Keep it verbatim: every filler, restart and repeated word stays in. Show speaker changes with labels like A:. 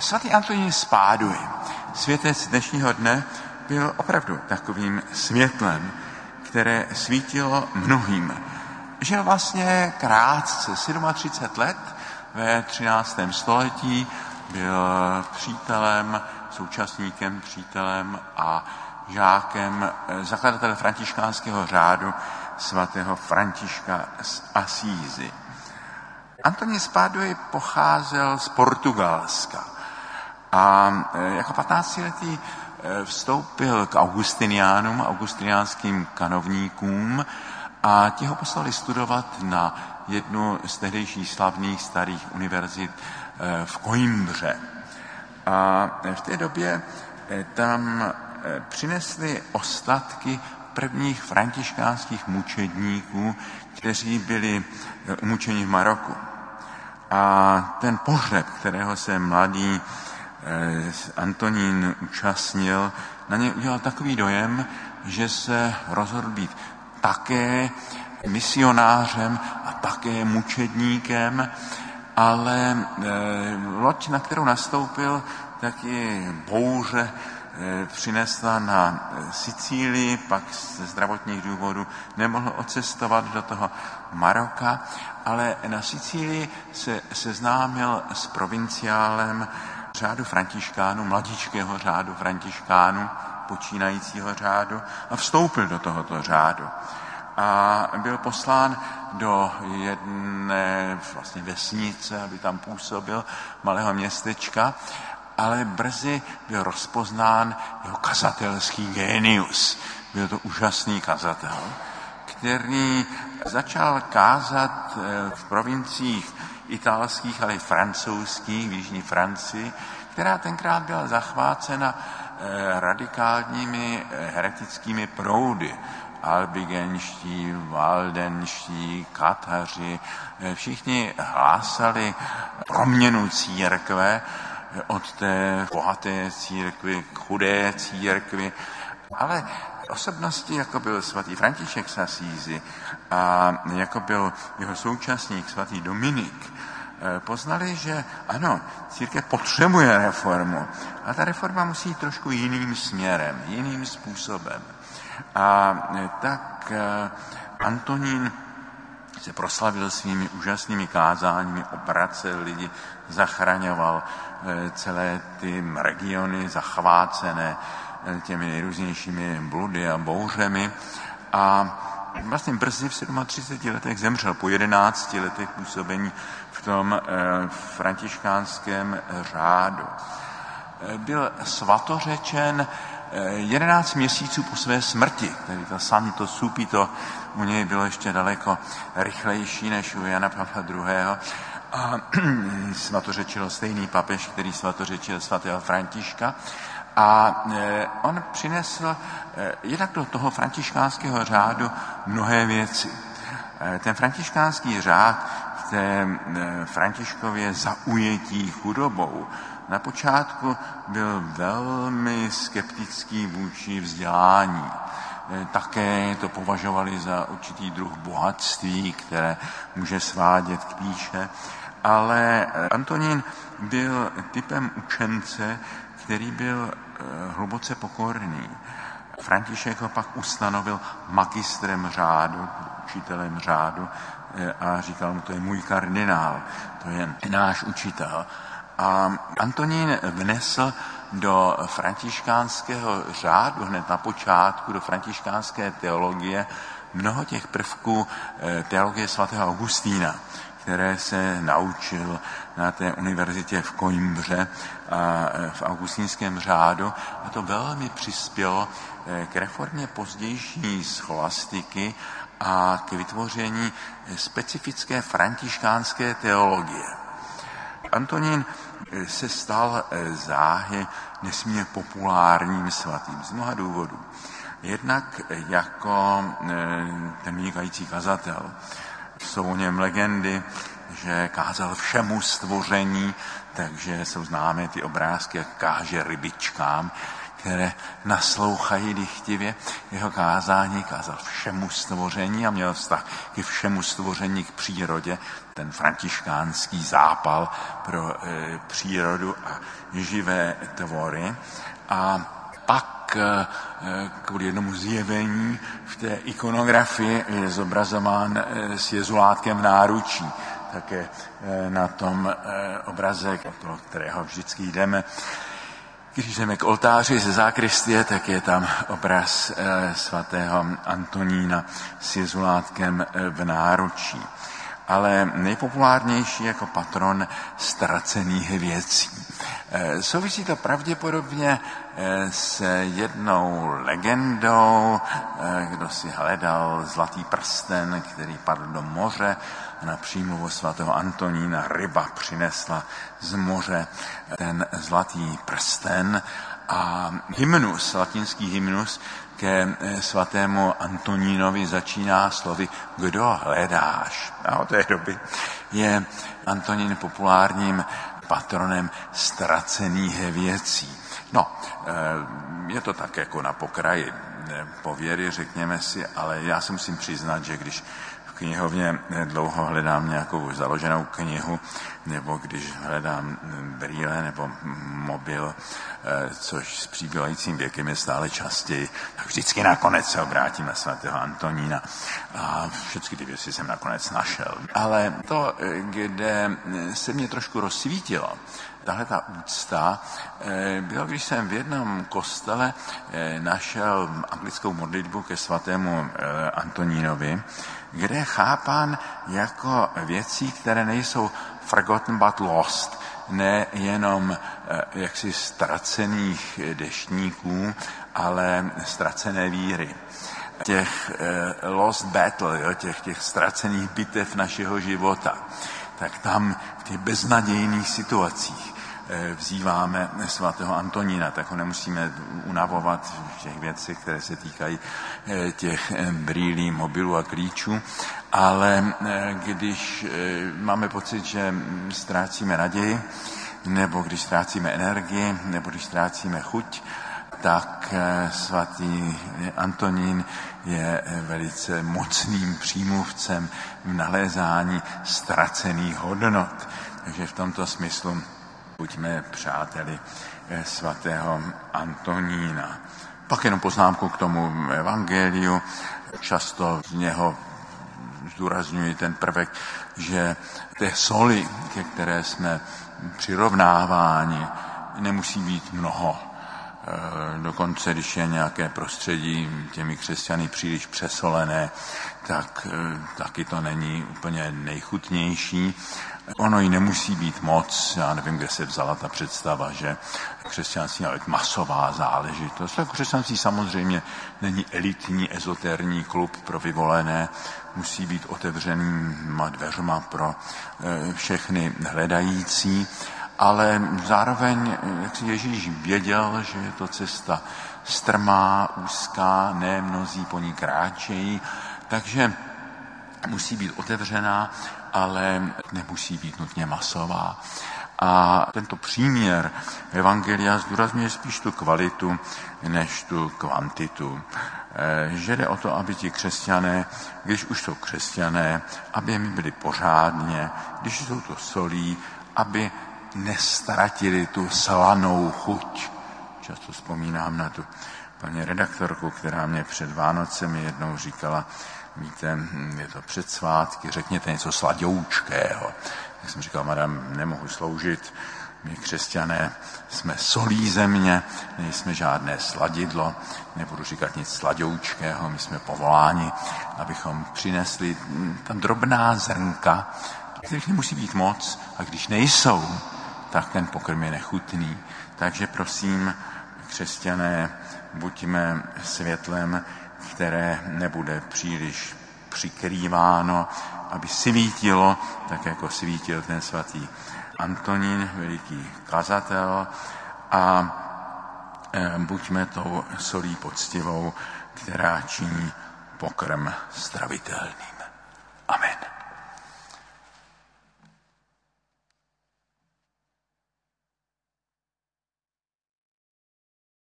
A: Svatý Antonín z Pádui, světec dnešního dne, byl opravdu takovým světlem, které svítilo mnohým. Žil vlastně krátce, třicet sedm let, ve třináctém století, byl přítelem, současníkem, přítelem a žákem zakladatele františkánského řádu svatého Františka z Asízy. Antonín z Pádui pocházel z Portugalska a jako patnáctiletý vstoupil k augustiniánům, augustiniánským kanovníkům, a ti ho poslali studovat na jednu z tehdejších slavných starých univerzit v Coimbře. A v té době tam přinesli ostatky prvních františkánských mučedníků, kteří byli umučeni v Maroku. A ten pohřeb, kterého se mladý Antonín účastnil, na něj udělal takový dojem, že se rozhodl být také misionářem a také mučedníkem, ale loď, na kterou nastoupil, taky bouře přinesla na Sicílii, pak ze zdravotních důvodů nemohl odcestovat do toho Maroka, ale na Sicílii se seznámil s provinciálem řádu františkánů, mladíčkého řádu františkánů, počínajícího řádu, a vstoupil do tohoto řádu. A byl poslán do jedné vlastně vesnice, aby tam působil, malého městečka, ale brzy byl rozpoznán jeho kazatelský génius. Byl to úžasný kazatel, který začal kázat v provinciích italských, ale i francouzských, v jižní Francii, která tenkrát byla zachvácena radikálními heretickými proudy. Albigenští, valdenští, kataři, všichni hlásali proměnu církve od té bohaté církvy k chudé církvi, ale osobnosti, jako byl svatý František z Asízy a jako byl jeho současník svatý Dominik, poznali, že ano, církev potřebuje reformu, a ta reforma musí jít trošku jiným směrem, jiným způsobem. A tak Antonín se proslavil svými úžasnými kázáními, obracel lidi, zachraňoval celé ty regiony zachvácené těmi nejrůznějšími bludy a bouřemi, a vlastně brzy v třiceti sedmi letech zemřel po jedenácti letech působení v tom františkánském řádu. Byl svatořečen jedenáct měsíců po své smrti, tedy to Santo Subito u něj bylo ještě daleko rychlejší než u Jana Pavla druhého. A svatořečil stejný papež, který svatořečil svatého Františka. A on přinesl jednak do toho františkánského řádu mnohé věci. Ten františkánský řád v té Františkově zaujetí chudobou na počátku byl velmi skeptický vůči vzdělání. Také to považovali za určitý druh bohatství, které může svádět k píše. Ale Antonín byl typem učence, který byl hluboce pokorný. František ho pak ustanovil magistrem řádu, učitelem řádu, a říkal mu, to je můj kardinál, to je náš učitel. A Antonín vnesl do františkánského řádu hned na počátku, do františkánské teologie, mnoho těch prvků teologie svatého Augustína, které se naučil na té univerzitě v Coimbře a v augustínském řádu, a to velmi přispělo k reformě pozdější scholastiky a k vytvoření specifické františkánské teologie. Antonín se stal záhy nesmírně populárním svatým z mnoha důvodů. Jednak jako ten vynikající kazatel. Jsou o něm legendy, že kázal všemu stvoření, takže jsou známé ty obrázky, jak káže rybičkám, které naslouchají dychtivě. Jeho kázání kázal všemu stvoření a měl vztah ke všemu stvoření, k přírodě, ten františkánský zápal pro e, přírodu a živé tvory. A pak e, kvůli jednomu zjevení v té ikonografii je zobrazován e, s jezulátkem v náručí. Také e, na tom e, obraze, do kterého vždycky jdeme, když jdeme k oltáři ze zákristie, tak je tam obraz e, svatého Antonína s jezulátkem e, v náručí. Ale nejpopulárnější jako patron ztracených věcí. E, souvisí to pravděpodobně e, s jednou legendou, e, kdo si hledal zlatý prsten, který padl do moře a na přímluvu svatého Antonína ryba přinesla z moře ten zlatý prsten a hymnus, latinský hymnus ke svatému Antonínovi začíná slovy kdo hledáš. A od té doby je Antonín populárním patronem ztracených věcí. No, je to tak jako na pokraji pověry, řekněme si, ale já si musím přiznat, že když v knihovně dlouho hledám nějakou založenou knihu, nebo když hledám brýle nebo mobil, což s přibývajícím věkem je stále častěji, tak vždycky nakonec se obrátím na svatého Antonína a všechny ty věci jsem nakonec našel. Ale to, kde se mě trošku rozsvítilo, tahle ta úcta, bylo, když jsem v jednom kostele našel anglickou modlitbu ke svatému Antonínovi, kde je chápán jako věcí, které nejsou forgotten but lost, ne jenom jaksi ztracených deštníků, ale ztracené víry. Těch lost battle, jo, těch, těch ztracených bitev našeho života, tak tam v těch beznadějných situacích vzýváme svatého Antonína, tak ho nemusíme unavovat v těch věcech, které se týkají těch brýlí, mobilů a klíčů, ale když máme pocit, že ztrácíme naději, nebo když ztrácíme energii, nebo když ztrácíme chuť, tak svatý Antonín je velice mocným přímluvcem v nalézání ztracených hodnot. Takže v tomto smyslu buďme přáteli svatého Antonína. Pak jenom poznámku k tomu evangeliu. Často z něho zdůrazňuji ten prvek, že té soli, ke které jsme přirovnáváni, nemusí být mnoho. Dokonce, když je nějaké prostředí těmi křesťany příliš přesolené, tak taky to není úplně nejchutnější. Ono jí nemusí být moc, já nevím, kde se vzala ta představa, že křesťanství je masová záležitost. Tak křesťanství samozřejmě není elitní, ezotérní klub pro vyvolené, musí být otevřenýma dveřma pro všechny hledající, ale zároveň, jak si Ježíš věděl, že je to cesta strmá, úzká, ne mnozí po ní kráčejí, takže musí být otevřená, ale nemusí být nutně masová. A tento příměr evangelia zdůrazňuje spíš tu kvalitu, než tu kvantitu. Že jde o to, aby ti křesťané, když už jsou křesťané, aby jim byli pořádně, když jsou to solí, aby nestratili tu slanou chuť. Často vzpomínám na tu paní redaktorku, která mě před Vánocemi jednou říkala, víte, je to před svátky, řekněte něco sladoučkého. Jak jsem říkal, madam, nemohu sloužit, my křesťané jsme solí země, nejsme žádné sladidlo, nebudu říkat nic sladoučkého, my jsme povoláni, abychom přinesli tam drobná zrnka, kterých nemusí být moc, a když nejsou, tak ten pokrm je nechutný. Takže prosím, křesťané, buďme světlem, které nebude příliš přikrýváno, aby svítilo, tak jako svítil ten svatý Antonín, veliký kazatel, a buďme tou solí poctivou, která činí pokrm stravitelným.